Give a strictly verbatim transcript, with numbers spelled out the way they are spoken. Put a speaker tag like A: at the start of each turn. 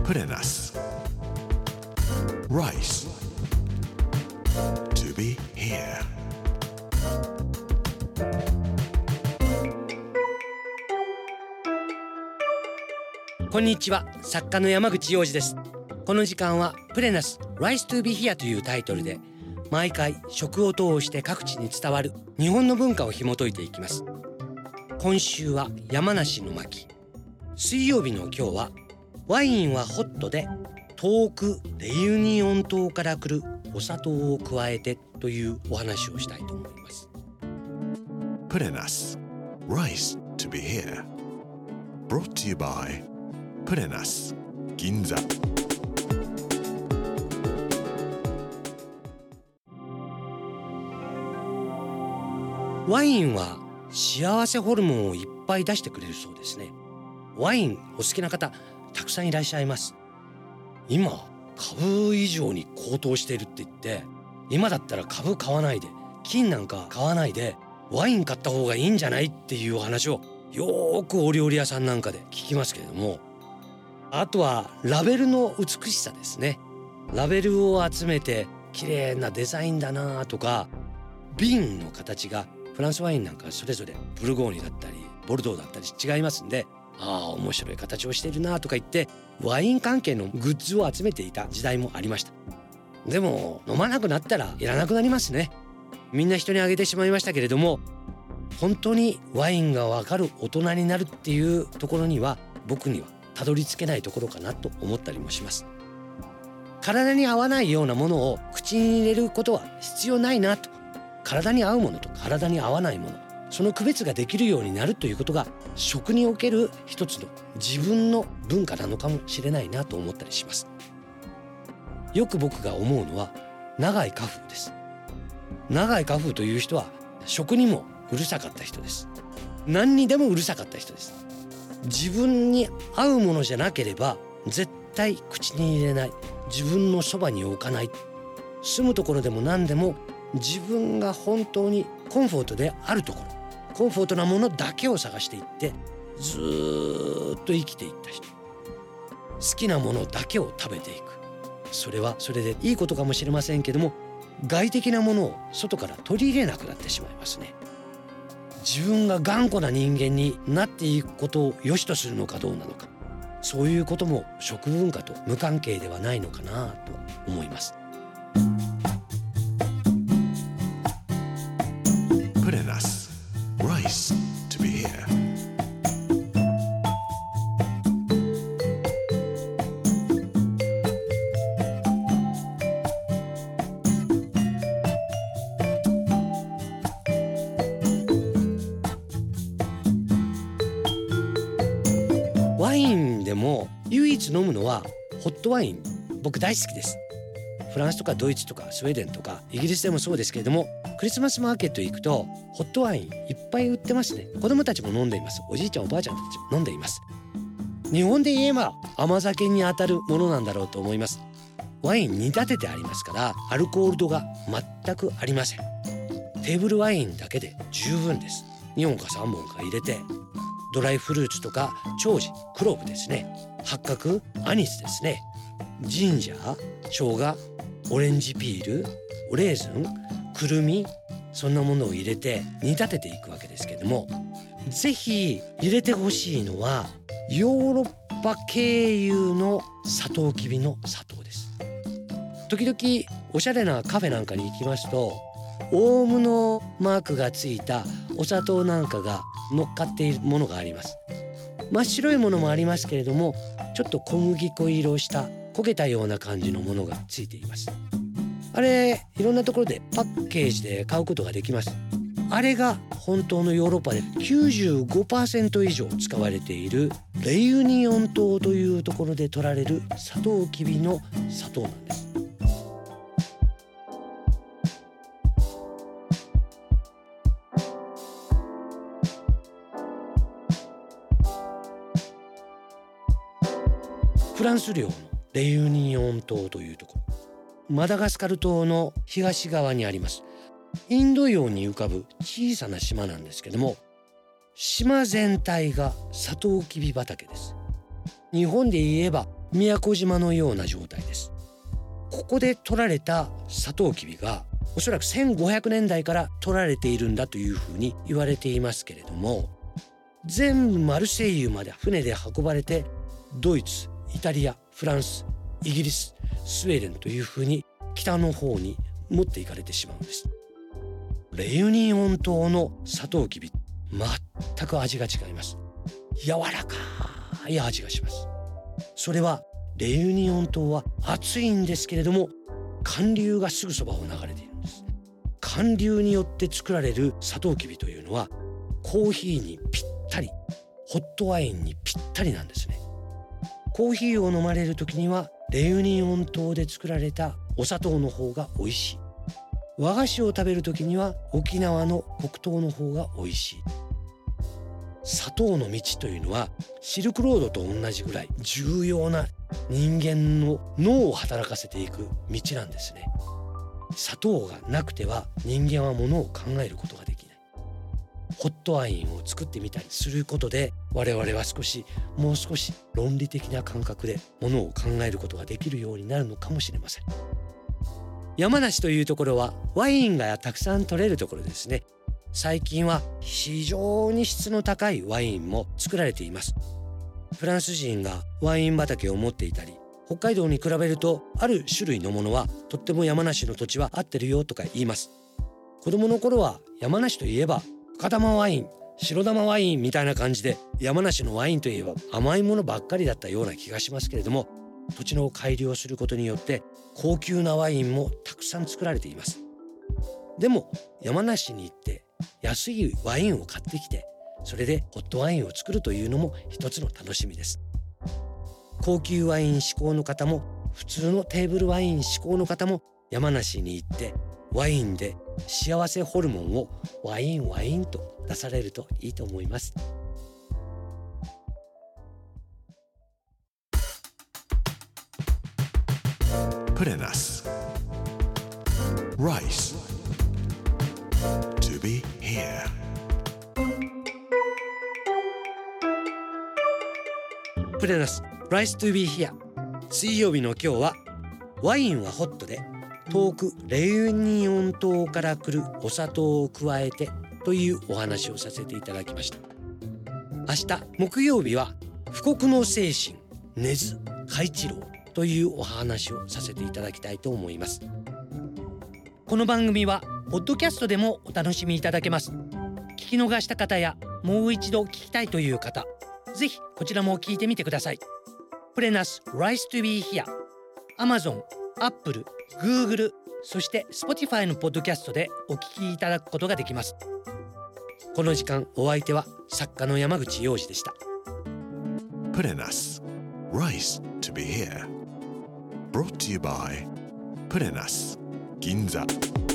A: Purenas Rice to be here.
B: こんにちは、作家の山口洋二です。この時間はプレナス Rice to be here というタイトルで、毎回食を通して各地に伝わる日本の文化を紐解いていきます。今週は山梨の巻、水曜日の今日はワインはホットで遠くレユニオン島から来るお砂糖を加えてというお話をしたいと思います。
A: Purenas Rice to be here. Brought to you by Purenas 銀座。
B: ワインは幸せホルモンをいっぱい出してくれるそうですね。ワインお好きな方たくさんいらっしゃいます。今株以上に高騰しているって言って、今だったら株買わないで、金なんか買わないでワイン買った方がいいんじゃないっていうお話をよーくお料理屋さんなんかで聞きますけれども、あとはラベルの美しさですね。ラベルを集めて綺麗なデザインだなとか、瓶の形がフランスワインなんかそれぞれブルゴーニュだったりボルドーだったり違いますんで、ああ面白い形をしているなとか言ってワイン関係のグッズを集めていた時代もありました。でも飲まなくなったらいらなくなりますね。みんな人にあげてしまいましたけれども、本当にワインがわかる大人になるっていうところには僕にはたどり着けないところかなと思ったりもします。体に合わないようなものを口に入れることは必要ないなと、体に合うものと体に合わないもの、その区別ができるようになるということが食における一つの自分の文化なのかもしれないなと思ったりします。よく僕が思うのは永井荷風です。永井荷風という人は食にもうるさかった人です。何にでもうるさかった人です。自分に合うものじゃなければ絶対口に入れない、自分のそばに置かない、住むところでも何でも自分が本当にコンフォートであるところ、コンフォートなものだけを探していってずーっと生きていった人、好きなものだけを食べていく、それはそれでいいことかもしれませんけども、外的なものを外から取り入れなくなってしまいますね。自分が頑固な人間になっていくことを良しとするのかどうなのか、そういうことも食文化と無関係ではないのかなと思います。
A: Purenas Rice to be here.
B: ワインでも唯一飲むのはホットワイン、僕大好きです。フランスとかドイツとかスウェーデンとかイギリスでもそうですけれども、クリスマスマーケット行くとホットワインいっぱい売ってますね。子供たちも飲んでいます。おじいちゃんおばあちゃんたちも飲んでいます。日本で言えば甘酒にあたるものなんだろうと思います。ワイン煮立ててありますからアルコール度が全くありません。テーブルワインだけで十分です。にほんかさんぼんか入れて、ドライフルーツとか長寿、クローブですね、八角、アニスですね、ジンジャー、生姜、オレンジピール、レーズン、くるみ、そんなものを入れて煮立てていくわけですけれども、ぜひ入れてほしいのはヨーロッパ経由のサトウキビの砂糖です。時々おしゃれなカフェなんかに行きますと、オウムのマークがついたお砂糖なんかが乗っかっているものがあります。真っ白いものもありますけれども、ちょっと小麦粉色をした焦げたような感じのものがついています。あれいろんなところでパッケージで買うことができます。あれが本当のヨーロッパで きゅうじゅうごパーセント 以上使われているレユニオン島というところで取られるサトウキビの砂糖なんです。フランス領のレユニオン島というところ、マダガスカル島の東側にあります。インド洋に浮かぶ小さな島なんですけども、島全体がサトウキビ畑です。日本で言えば宮古島のような状態です。ここで取られたサトウキビがおそらくせんごひゃくねんだいから取られているんだというふうに言われていますけれども、全部マルセイユまで船で運ばれてドイツ、イタリア、フランス、イギリス、スウェーデンというふうに北の方に持っていかれてしまうんです。レユニオン島のサトウキビ、全く味が違います。柔らかい味がします。それはレユニオン島は暑いんですけれども、寒流がすぐそばを流れているんです。寒流によって作られるサトウキビというのはコーヒーにぴったり、ホットワインにぴったりなんですね。コーヒーを飲まれる時にはレユニオン島で作られたお砂糖の方が美味しい。和菓子を食べる時には沖縄の黒糖の方が美味しい。砂糖の道というのはシルクロードと同じぐらい重要な人間の脳を働かせていく道なんですね。砂糖がなくては人間はものを考えることができない。ホットワインを作ってみたりすることで、我々は少しもう少し論理的な感覚でものを考えることができるようになるのかもしれません。山梨というところはワインがたくさん取れるところですね。最近は非常に質の高いワインも作られています。フランス人がワイン畑を持っていたり、北海道に比べるとある種類のものはとっても山梨の土地は合ってるよとか言います。子供の頃は山梨といえば赤玉ワイン、白玉ワインみたいな感じで、山梨のワインといえば甘いものばっかりだったような気がしますけれども、土地の改良をすることによって高級なワインもたくさん作られています。でも山梨に行って安いワインを買ってきて、それでホットワインを作るというのも一つの楽しみです。高級ワイン志向の方も普通のテーブルワイン志向の方も山梨に行ってワインで幸せホルモンをワインワインと出されるといいと思います。
A: プレナス Rice To be here
B: プレナス Rice to be here。 水曜日の今日はワインはホットで遠くレユニオン島から来るお砂糖を加えてというお話をさせていただきました。明日木曜日は富国の精神根津嘉一郎というお話をさせていただきたいと思います。この番組はポッドキャストでもお楽しみいただけます。聞き逃した方やもう一度聞きたいという方、ぜひこちらも聞いてみてください。プレナス Rice to be here、 Amazon、Apple、Google、 そして Spotify のポッドキャストでお聞きいただくことができます。この時間お相手は作家の山口洋二でした。
A: プレナス Rice to be here Brought to you by プレナス銀座。